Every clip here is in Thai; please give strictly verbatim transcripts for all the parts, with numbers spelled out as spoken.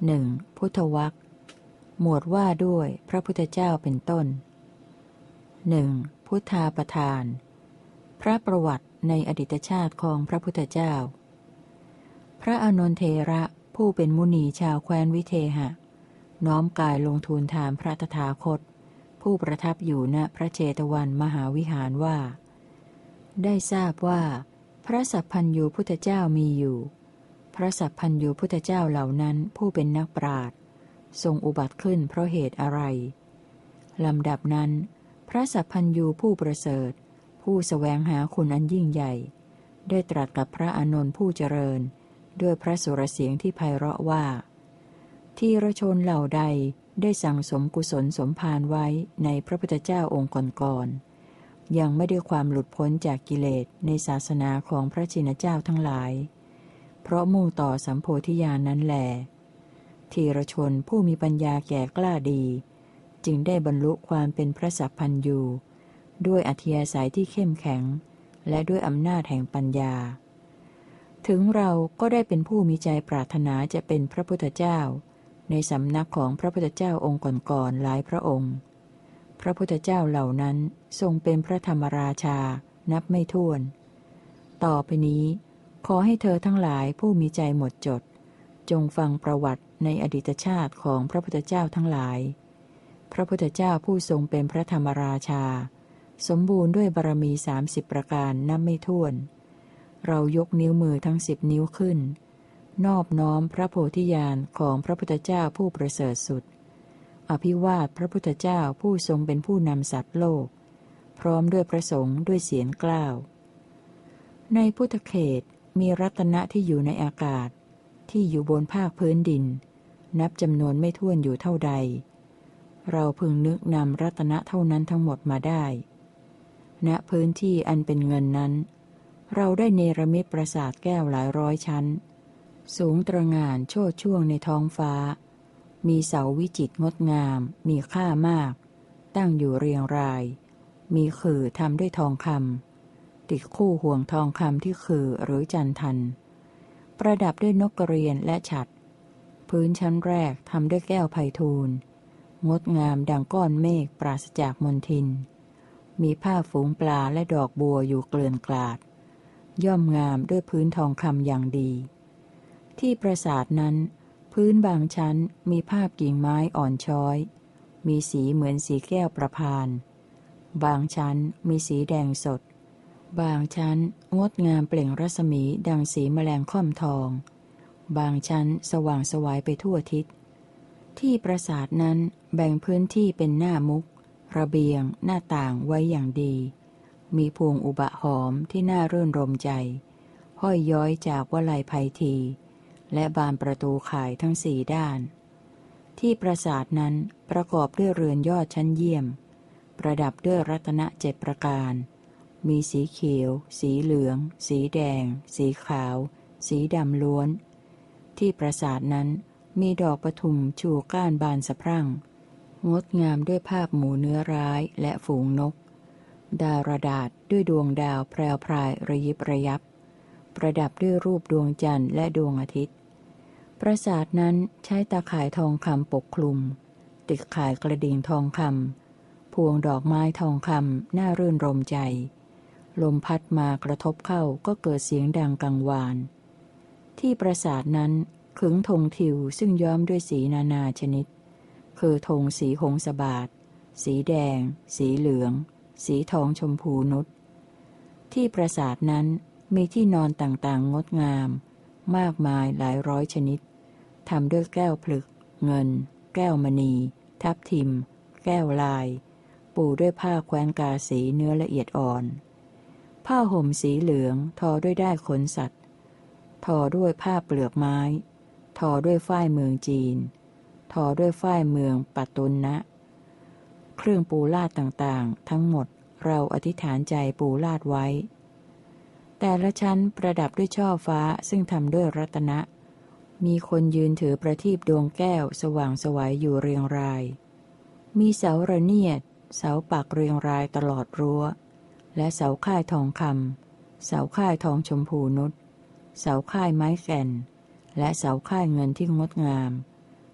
หนึ่งพุทธวรรคหมวดว่าด้วยพระพุทธเจ้าเป็นต้นหนึ่งพุทธาประธาน พระประวัติในอดีตชาติของพระพุทธเจ้า พระอานนทเถระผู้เป็นมุนีชาวแคว้นวิเทหะน้อมกายลงทูลถามพระตถาคตผู้ประทับอยู่ณพระเชตวันมหาวิหารว่าได้ทราบว่าพระสัพพัญญูพุทธเจ้ามีอยู่พระสัพพัญญูพุทธเจ้าเหล่านั้นผู้เป็นนักปราชญ์ทรงอุบัติขึ้นเพราะเหตุอะไรลำดับนั้นพระสัพพัญญูผู้ประเสริฐผู้แสวงหาคุณอันยิ่งใหญ่ได้ตรัสกับพระอานนท์ผู้เจริญด้วยพระสุรเสียงที่ไพเราะว่าทีรชนเหล่าใดได้สั่งสมกุศลสมภารไว้ในพระพุทธเจ้าองค์ก่อนๆยังไม่ได้ความหลุดพ้นจากกิเลสในศาสนาของพระชินเจ้าทั้งหลายเพราะมุ่งต่อสัมโพธิญาณนั้นแลทีรชนผู้มีปัญญาแก่กล้าดีจึงได้บรรลุความเป็นพระสัพพัญญูด้วยอธิยาศัยที่เข้มแข็งและด้วยอำนาจแห่งปัญญาถึงเราก็ได้เป็นผู้มีใจปรารถนาจะเป็นพระพุทธเจ้าในสำนักของพระพุทธเจ้าองค์ก่อนๆหลายพระองค์พระพุทธเจ้าเหล่านั้นทรงเป็นพระธรรมราชานับไม่ถ้วนต่อไปนี้ขอให้เธอทั้งหลายผู้มีใจหมดจดจงฟังประวัติในอดีตชาติของพระพุทธเจ้าทั้งหลายพระพุทธเจ้าผู้ทรงเป็นพระธรรมราชาสมบูรณ์ด้วยบารมีสามสิบประการนับไม่ถ้วนเรายกนิ้วมือทั้งสิบนิ้วขึ้นนอบน้อมพระโพธิญาณของพระพุทธเจ้าผู้ประเสริฐสุดอภิวาทพระพุทธเจ้าผู้ทรงเป็นผู้นำสัตว์โลกพร้อมด้วยพระสงฆ์ด้วยเสียงกล้าวในพุทธเขตมีรัตนะที่อยู่ในอากาศที่อยู่บนภาคพื้นดินนับจำนวนไม่ถ้วนอยู่เท่าใดเราพึงนึกนำรัตนะเท่านั้นทั้งหมดมาได้ณพื้นที่อันเป็นเงินนั้นเราได้เนรมิตปราสาทแก้วหลายร้อยชั้นสูงตระหง่านโชติช่วงในท้องฟ้ามีเสาวิจิตรงดงามมีค่ามากตั้งอยู่เรียงรายมีขื่อทำด้วยทองคำติดคู่ห่วงทองคำที่ขื่อหรือจันทันประดับด้วยนกกระเรียนและฉัตรพื้นชั้นแรกทำด้วยแก้วไพฑูรย์งดงามดังก้อนเมฆปราศจากมลทินมีผ้าฝูงปลาและดอกบัวอยู่เกลื่อนกลาดย่อมงามด้วยพื้นทองคำอย่างดีที่ปราสาทนั้นพื้นบางชั้นมีภาพกิ่งไม้อ่อนช้อยมีสีเหมือนสีแก้วประพานบางชั้นมีสีแดงสดบางชั้นงดงามเปล่งรัศมีดังสีแมลงค่อมทองบางชั้นสว่างไสวไปทั่วทิศที่ปราสาทนั้นแบ่งพื้นที่เป็นหน้ามุกระเบียงหน้าต่างไว้อย่างดีมีพวงอุบะหอมที่น่ารื่นรมใจห้อยย้อยจากวลัยไพทีและบานประตูข่ายทั้งสี่ด้านที่ปราสาทนั้นประกอบด้วยเรือนยอดชั้นเยี่ยมประดับด้วยรัตนเจ็ดประการมีสีเขียวสีเหลืองสีแดงสีขาวสีดำล้วนที่ปราสาทนั้นมีดอกปทุมชูก้านบานสะพรั่งงดงามด้วยภาพหมูเนื้อร้ายและฝูงนกดาวระดาษด้วยดวงดาวแพรวพรายระยิบระยับประดับด้วยรูปดวงจันทร์และดวงอาทิตย์ปราสาทนั้นใช้ตาข่ายทองคำปกคลุมติดข่ายกระดิ่งทองคำพวงดอกไม้ทองคำน่ารื่นรมใจลมพัดมากระทบเข้าก็เกิดเสียงดังกังวานที่ปราสาทนั้นขึงธงทิวซึ่งย้อมด้วยสีนานาชนิดคือธงสีหงสบาทสีแดงสีเหลืองสีทองชมพูนุชที่ปราสาทนั้นมีที่นอนต่างๆงดงามมากมายหลายร้อยชนิดทำด้วยแก้วผลึกเงินแก้วมณีทับทิมแก้วลายปูด้วยผ้าแคว้นกาสีเนื้อละเอียดอ่อนผ้าห่มสีเหลืองทอด้วยด้ายขนสัตว์ทอด้วยผ้าเปลือกไม้ทอด้วยฝ้ายเมืองจีนทอด้วยฝ้ายเมืองปัตตุนนะเครื่องปูลาดต่างๆทั้งหมดเราอธิษฐานใจปูลาดไว้แต่ละชั้นประดับด้วยช่อฟ้าซึ่งทำด้วยรัตนะมีคนยืนถือประทีปดวงแก้วสว่างไสวอยู่เรียงรายมีเสาระเนียดเสาปักเรียงรายตลอดรั้วและเสาค่ายทองคำเสาค่ายทองชมพูนุชเสาค่ายไม้แก่นและเสาค่ายเงินที่งดงาม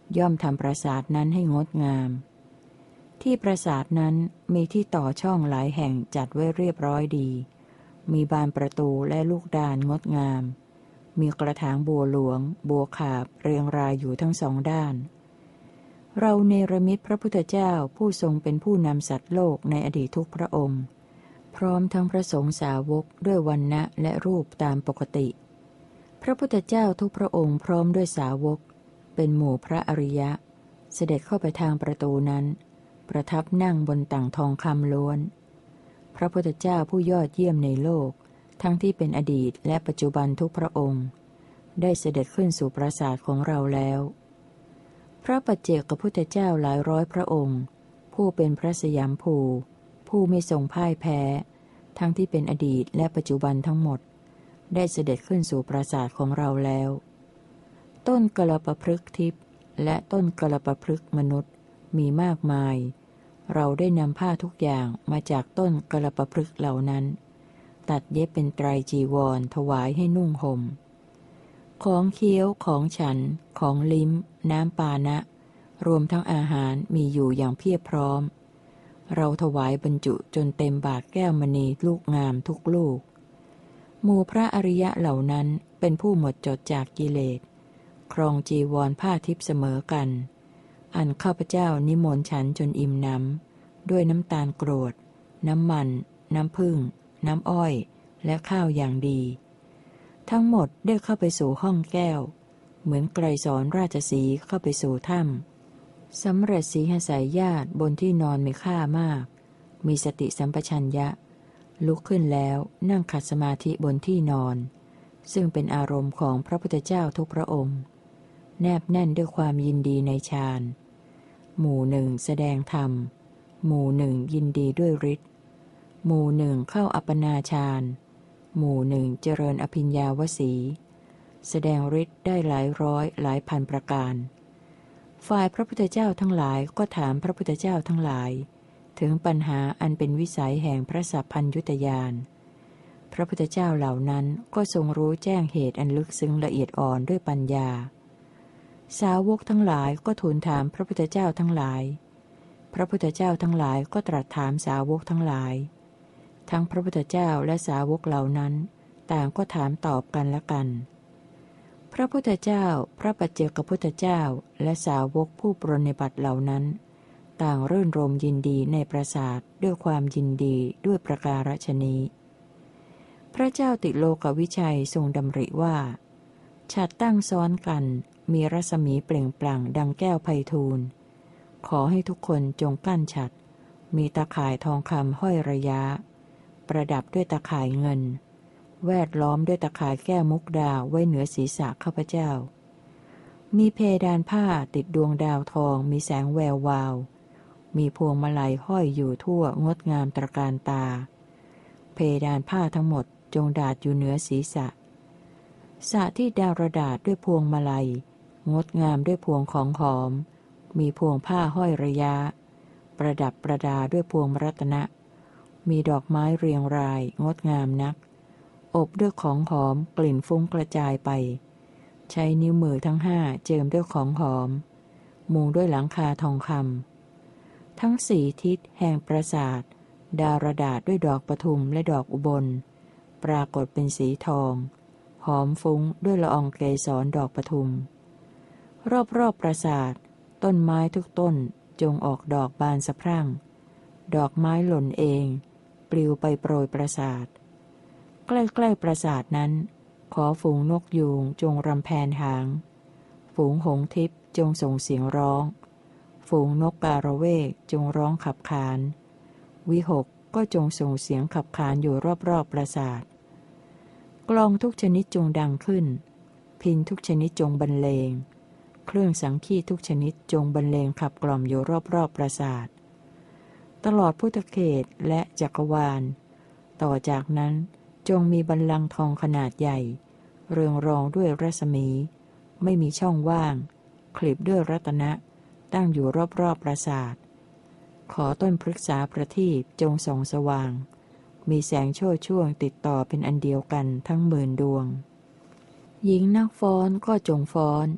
ย่อมทำปราสาทนั้นให้งดงาม ที่ปราสาทนั้นมีที่ต่อช่องหลายแห่งจัดไว้เรียบร้อยดี มีบานประตูและลูกดานงดงาม มีกระถางบัวหลวง บัวขาบเรียงรายอยู่ทั้งสองด้าน เราเนรมิตพระพุทธเจ้าผู้ทรงเป็นผู้นำสัตว์โลกในอดีตทุกพระองค์ พร้อมทั้งพระสงฆ์สาวกด้วยวรรณะและรูปตามปกติ พระพุทธเจ้าทุกพระองค์พร้อมด้วยสาวกเป็นหมู่พระอริยะ เสด็จเข้าไปทางประตูนั้น ประทับนั่งบนต่างทองคำล้วน พระพุทธเจ้าผู้ยอดเยี่ยมในโลกทั้งที่เป็นอดีตและปัจจุบันทุกพระองค์ ได้เสด็จขึ้นสู่ปราสาทของเราแล้ว พระปัจเจกพุทธเจ้าหลายร้อยพระองค์ ผู้เป็นพระสยามภู ผู้ไม่ทรงพ่ายแพ้ ทั้งที่เป็นอดีตและปัจจุบันทั้งหมด ได้เสด็จขึ้นสู่ปราสาทของเราแล้ว ต้นกลปพฤกษ์ทิพย์และต้นกลปพฤกษ์มนุษย์มีมากมาย เราได้นำผ้าทุกอย่างมาจากต้นกลปพฤกษ์เหล่านั้น ตัดเย็บเป็นไตรจีวรถวายให้นุ่งห่ม ของเคี้ยวของฉันของลิ้มน้ำปานะรวมทั้งอาหารมีอยู่อย่างเพียบพร้อม เราถวายบรรจุจนเต็มบาทแก้วมณีลูกงามทุกลูก หมู่พระอริยะเหล่านั้นเป็นผู้หมดจดจากกิเลสครองจีวรผ้าทิพย์เสมอกัน อันข้าพเจ้านิมนต์ฉันจนอิ่มน้ำด้วยน้ำตาลกรวดน้ำมันน้ำผึ้งน้ำอ้อยและข้าวอย่างดี ทั้งหมดได้เข้าไปสู่ห้องแก้วเหมือนไกรสอนราชสีห์เข้าไปสู่ถ้ำสำเร็จสีหสายญาติบนที่นอนมีค่ามาก มีสติสัมปชัญญะลุกขึ้นแล้วนั่งขัดสมาธิบนที่นอน ซึ่งเป็นอารมณ์ของพระพุทธเจ้าทุกพระองค์ แนบแน่นด้วยความยินดีในฌานหมู่หนึ่งแสดงธรรมหมู่หนึ่งยินดีด้วยฤทธิ์หมู่หนึ่งเข้าอัปปนาฌานหมู่หนึ่งเจริญอภิญญาวสีแสดงฤทธิ์ได้หลายร้อยหลายพันประการ ฝ่ายพระพุทธเจ้าทั้งหลายก็ถามพระพุทธเจ้าทั้งหลายถึงปัญหาอันเป็นวิสัยแห่งพระสัพพัญญุตญาณพระพุทธเจ้าเหล่านั้นก็ทรงรู้แจ้งเหตุอันลึกซึ้งละเอียดอ่อนด้วยปัญญาสาวกทั้งหลายก็ทูลถามพระพุทธเจ้าทั้งหลายพระพุทธเจ้าทั้งหลายก็ตรัสถามสาวกทั้งหลายทั้งพระพุทธเจ้าและสาวกเหล่านั้นต่างก็ถามตอบกันและกันพระพุทธเจ้าพระปัจเจกพุทธเจ้าและสาวกผู้ปรนนิบัติเหล่านั้นต่างรื่นรมยินดีในปราสาทด้วยความยินดีด้วยประการฉนี้พระเจ้าติโลกวิชัยทรงดำริว่าฉัตรตั้งซ้อนกันมีรัศมีเปล่งปลั่งดังแก้วไพฑูรย์ขอให้ทุกคนจงกั้นฉัตรมีตาข่ายทองคำห้อยระยะประดับด้วยตาข่ายเงินแวดล้อมด้วยตาข่ายแก้วมุกดาไว้เหนือศีรษะข้าพเจ้ามีเพดานผ้าติดดวงดาวทองมีแสงแวววาวมีพวงมาลัยห้อยอยู่ทั่วงดงามตระการตาเพดานผ้าทั้งหมดจงดาดอยู่เหนือศีรษะสระที่ดาวระดาษด้วยพวงมาลัยงดงามด้วยพวงของหอมมีพวงผ้าห้อยระยะประดับประดาด้วยพวงรัตนะมีดอกไม้เรียงรายงดงามนักอบด้วยของหอมกลิ่นฟุ้งกระจายไปใช้นิ้วมือทั้งห้าเจิมด้วยของหอมมุงด้วยหลังคาทองคำทั้งสี่ทิศแห่งปราสาทดาวระดาษด้วยดอกปทุมและดอกอุบลปรากฏเป็นสีทองหอมฟุ้งด้วยละอองเกสรดอกปทุมรอบๆปราสาทต้นไม้ทุกต้นจงออกดอกบานสะพรั่งดอกไม้หล่นเองปลิวไปโปรยปราสาทใกล้ๆปราสาทนั้นขอฝูงนกยูงจงรำแพนหางฝูงหงส์ทิพย์จงส่งเสียงร้องฝูงนกการะเวกจงร้องขับขานวิหกก็จงส่งเสียงขับขานอยู่รอบๆปราสาทกลองทุกชนิดจงดังขึ้นพิณทุกชนิดจงบรรเลงเครื่องสังคีทุกชนิดจงบรรเลงขับกล่อมอยู่รอบๆปราสาทตลอดพุทธเขตและจักรวาลต่อจากนั้นจงมีบัลลังก์ทองขนาดใหญ่เรืองรองด้วยรัศมีไม่มีช่องว่างคลิบด้วยรัตนะตั้งอยู่รอบๆปราสาทขอต้นพฤกษาประทีปจงส่องสว่างมีแสงโชติช่วงติดต่อเป็นอันเดียวกันทั้งหมื่นดวงหญิงนักฟ้อนก็จงฟ้อน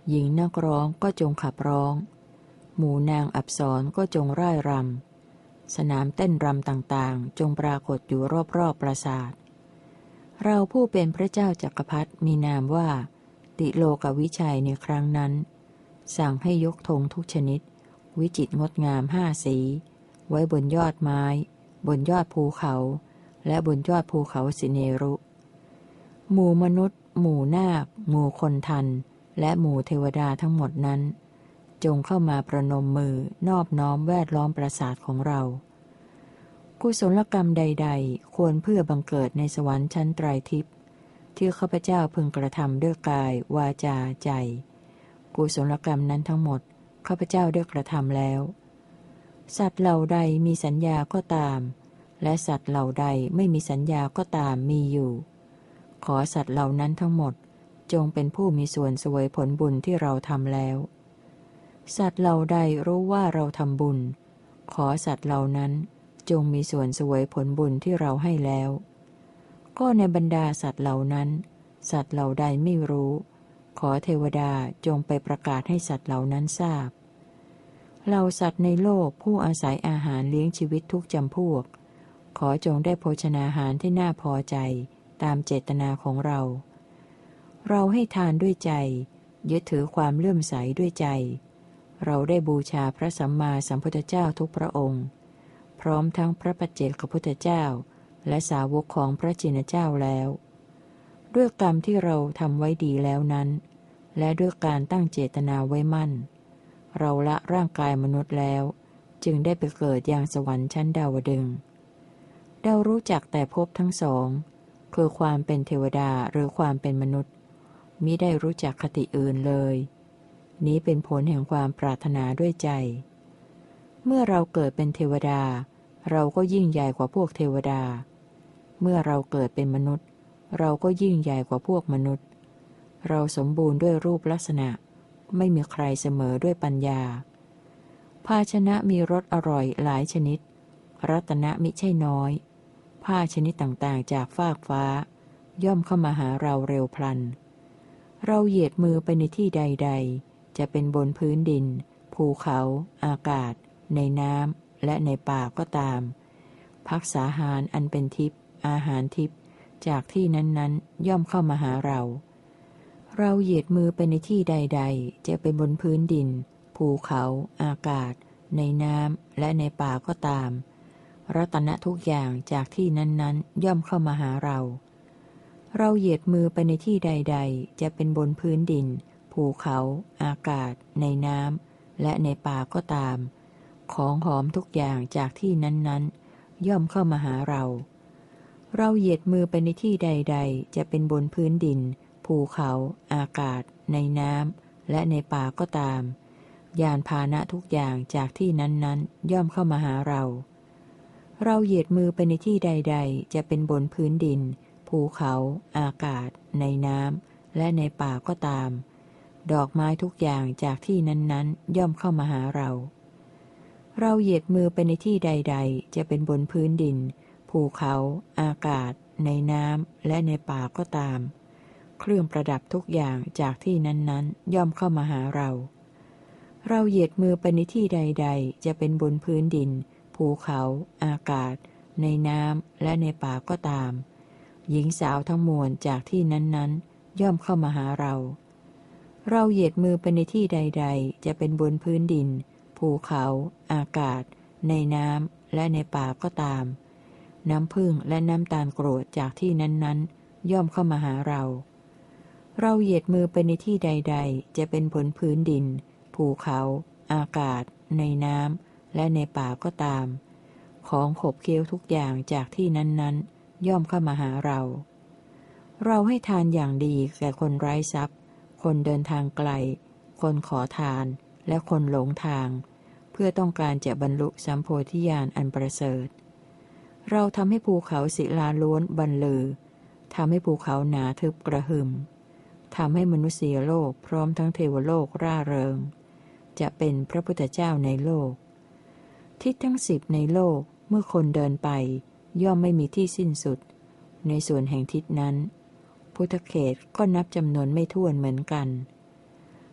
หญิงนักร้องก็จงขับร้อง หมู่นางอัปสรก็จงร่ายรำสนามเต้นรำต่างๆจงปรากฏอยู่รอบๆปราสาทเราผู้เป็นพระเจ้าจักรพรรดิมีนามว่าติโลกวิชัยในครั้งนั้นสั่งให้ยกธงทุกชนิดวิจิตรงดงามห้าสีไว้บนยอดไม้บนยอดภูเขาและบนยอดภูเขาสิเนรุหมู่มนุษย์หมู่นาคหมู่คนทันและหมู่เทวดาทั้งหมดนั้นจงเข้ามาประนมมือนอบน้อมแวดล้อมปราสาทของเรากุศลกรรมใดๆควรเพื่อบังเกิดในสวรรค์ชั้นไตรทิพย์ที่ข้าพเจ้าพึงกระทำด้วยกายวาจาใจกุศลกรรมนั้นทั้งหมดข้าพเจ้าได้กระทำแล้วสัตว์เหล่าใดมีสัญญาก็ตามและสัตว์เหล่าใดไม่มีสัญญาก็ตามมีอยู่ขอสัตว์เหล่านั้นทั้งหมดจงเป็นผู้มีส่วนเสวยผลบุญที่เราทำแล้วสัตว์เหล่าใดรู้ว่าเราทำบุญขอสัตว์เหล่านั้นจงมีส่วนเสวยผลบุญที่เราให้แล้วก็ในบรรดาสัตว์เหล่านั้นสัตว์เหล่าใดไม่รู้ขอเทวดาจงไปประกาศให้สัตว์เหล่านั้นทราบเหล่าสัตว์ในโลกผู้อาศัยอาหารเลี้ยงชีวิตทุกจำพวกขอจงได้โภชนาหารที่น่าพอใจตามเจตนาของเราเราให้ทานด้วยใจยึดถือความเลื่อมใสด้วยใจเราได้บูชาพระสัมมาสัมพุทธเจ้าทุกพระองค์พร้อมทั้งพระปัจเจกพุทธเจ้าและสาวกของพระชินเจ้าแล้วด้วยกรรมที่เราทำไว้ดีแล้วนั้นและด้วยการตั้งเจตนาไว้มั่นเราละร่างกายมนุษย์แล้วจึงได้ไปเกิดยังสวรรค์ชั้นดาวดึงส์เรารู้จักแต่ภพทั้งสองคือความเป็นเทวดาหรือความเป็นมนุษย์มิได้รู้จักคติอื่นเลยนี้เป็นผลแห่งความปรารถนาด้วยใจเมื่อเราเกิดเป็นเทวดาเราก็ยิ่งใหญ่กว่าพวกเทวดาเมื่อเราเกิดเป็นมนุษย์เราก็ยิ่งใหญ่กว่าพวกมนุษย์เราสมบูรณ์ด้วยรูปลักษณะไม่มีใครเสมอด้วยปัญญาภาชนะมีรสอร่อยหลายชนิดรัตนะมิใช่น้อยผ้าชนิดต่างๆจากฟากฟ้าย่อมเข้ามาหาเราเร็วพลันเราเหยียดมือไปในที่ใดๆจะเป็นบนพื้นดินภูเขาอากาศในน้ำและในป่าก็ตามภักษาหารอันเป็นทิพย์อาหารทิพย์จากที่นั้นๆย่อมเข้ามาหาเราเราเหยียดมือไปในที่ใดๆจะเป็นบนพื้นดินภูเขาอากาศในน้ำและในป่าก็ตามรัตนะทุกอย่างจากที่นั้นๆย่อมเข้ามาหาเราเราเหยียดมือไปในที่ใดๆจะเป็นบนพื้นดินภูเขาอากาศในน้ำและในป่าก็ตามของหอมทุกอย่างจากที่นั้นๆย่อมเข้ามาหาเราเราเหยียดมือไปในที่ใดๆจะเป็นบนพื้นดินภูเขาอากาศในน้ำและในป่าก็ตามยานพาหนะทุกอย่างจากที่นั้นๆย่อมเข้ามาหาเราเราเหยียดมือไปในที่ใดๆจะเป็นบนพื้นดินภูเขาอากาศในน้ำและในป่าก็ตามดอกไม้ทุกอย่างจากที่นั้นๆย่อมเข้ามาหาเราเราเหยียดมือไปในที่ใดๆจะเป็นบนพื้นดินภูเขาอากาศในน้ำและในป่าก็ตามเครื่องประดับทุกอย่างจากที่นั้นๆย่อมเข้ามาหาเราเราเหยียดมือไปในที่ใดๆจะเป็นบนพื้นดินภูเขาอากาศในน้ำและในป่าก็ตามหญิงสาวทั้งมวลจากที่นั้นๆย่อมเข้ามาหาเราเราเหยียดมือไปในที่ใดๆจะเป็นบนพื้นดินภูเขาอากาศในน้ำและในป่าก็ตามน้ำผึ้งและน้ำตาลกรวดจากที่นั้นๆย่อมเข้ามาหาเราเราเหยียดมือไปในที่ใดๆจะเป็นบนพื้นดินภูเขาอากาศในน้ำและในป่าก็ตามของขบเคี้ยวทุกอย่างจากที่นั้นๆย่อมเข้ามาหาเราเราให้ทานอย่างดีแก่คนไร้ทรัพย์คนเดินทางไกลคนขอทานและคนหลงทางเพื่อต้องการจะบรรลุสัมโพธิญาณอันประเสริฐเราทำให้ภูเขาศิลาล้วนบรรลือทำให้ภูเขาหนาทึบกระหึ่มทำให้มนุษยโลกพร้อมทั้งเทวโลกร่าเริงจะเป็นพระพุทธเจ้าในโลกทิศทั้งสิบในโลกเมื่อคนเดินไปย่อมไม่มีที่สิ้นสุดในส่วนแห่งทิศนั้นพุทธเขตก็นับจำนวนไม่ถ้วนเหมือนกัน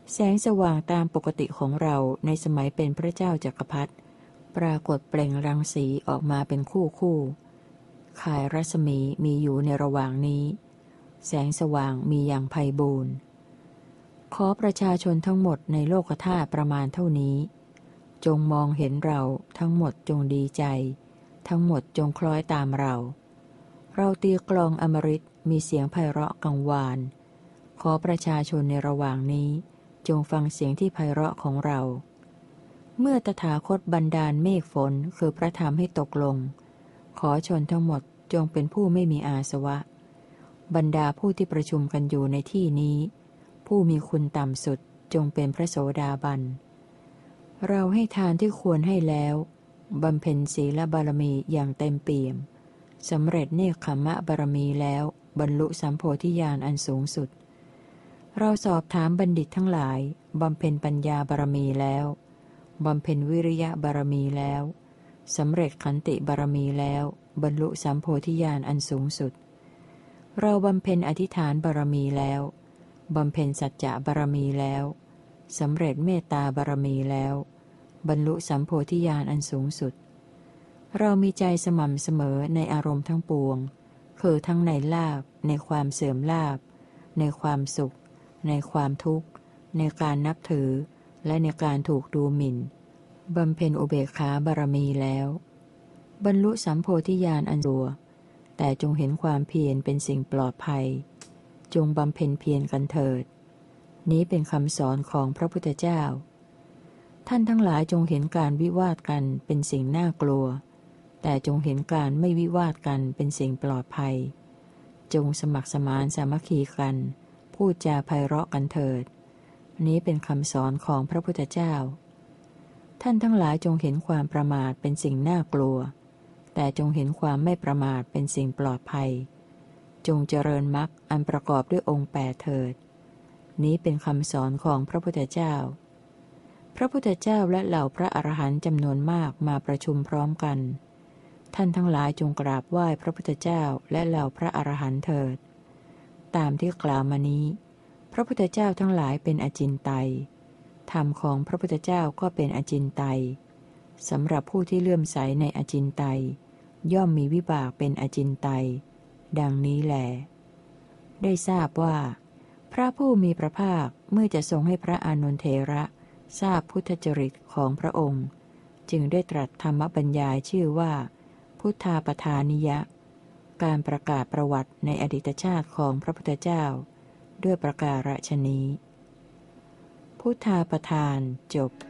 แสงสว่างตามปกติของเราในสมัยเป็นพระเจ้าจักรพรรดิปรากฏเปล่งรังสีออกมาเป็นคู่คู่ข่ายรัศมีมีอยู่ในระหว่างนี้ แสงสว่างมีอย่างไพบูรณ์ขอประชาชนทั้งหมดในโลกธาตุประมาณเท่านี้จงมองเห็นเราทั้งหมดจงดีใจทั้งหมดจงคล้อยตามเราเราตีกลองอมฤตมีเสียงไพเราะกังวานขอประชาชนในระหว่างนี้จงฟังเสียงที่ไพเราะของเราเมื่อตถาคตบันดาลเมฆฝนคือพระธรรมให้ตกลงขอชนทั้งหมดจงเป็นผู้ไม่มีอาสวะบรรดาผู้ที่ประชุมกันอยู่ในที่นี้ผู้มีคุณต่ำสุดจงเป็นพระโสดาบันเราให้ทานที่ควรให้แล้วบำเพ็ญศีลบารมีอย่างเต็มเปี่ยมสำเร็จเนกขมะบารมีแล้วบรรลุสัมโพธิญาณอันสูงสุดเราสอบถามบัณฑิตทั้งหลายบำเพ็ญปัญญาบารมีแล้วบำเพ็ญวิริยะบารมีแล้วสำเร็จขันติบารมีแล้วบรรลุสัมโพธิญาณอันสูงสุดเราบำเพ็ญอธิษฐานบารมีแล้วบำเพ็ญสัจจะบารมีแล้วสำเร็จเมตตาบารมีแล้วบรรลุสัมโพธิญาณอันสูงสุดเรามีใจสม่ำเสมอในอารมณ์ทั้งปวงคือทั้งในลาภในความเสื่อมลาภในความสุขในความทุกข์ในการนับถือและในการถูกดูหมิ่นบำเพ็ญอุเบกขาบารมีแล้วบรรลุสัมโพธิญาณอันดัวแต่จงเห็นความเพียรเป็นสิ่งปลอดภัยจงบำเพ็ญเพียรกันเถิดนี้เป็นคำสอนของพระพุทธเจ้าท่านทั้งหลายจงเห็นการวิวาทกันเป็นสิ่งน่ากลัวแต่จงเห็นการไม่วิวาทกันเป็นสิ่งปลอดภัยจงสมัครสมานสามัคคีกันพูดจาไพเราะกันเถิดนี้เป็นคำสอนของพระพุทธเจ้าท่านทั้งหลายจงเห็นความประมาทเป็นสิ่งน่ากลัวแต่จงเห็นความไม่ประมาทเป็นสิ่งปลอดภัยจงเจริญมรรคอันประกอบด้วยองค์แปดเถิดนี้เป็นคำสอนของพระพุทธเจ้าพระพุทธเจ้าและเหล่าพระอรหันต์จำนวนมากมาประชุมพร้อมกันท่านทั้งหลายจงกราบไหว้พระพุทธเจ้าและเหล่าพระอรหันต์เถิดตามที่กล่าวมานี้พระพุทธเจ้าทั้งหลายเป็นอจินไตยธรรมของพระพุทธเจ้าก็เป็นอจินไตยสำหรับผู้ที่เลื่อมใสในอจินไตยย่อมมีวิบากเป็นอจินไตยดังนี้แลได้ทราบว่าพระผู้มีพระภาคเมื่อจะทรงให้พระอานนทเถระทราบพุทธจริตของพระองค์จึงได้ตรัสธรรมบรรยายชื่อว่าพุทธาปทานิยะการประกาศประวัติในอดีตชาติของพระพุทธเจ้าด้วยประการฉนี้พุทธาปทานจบ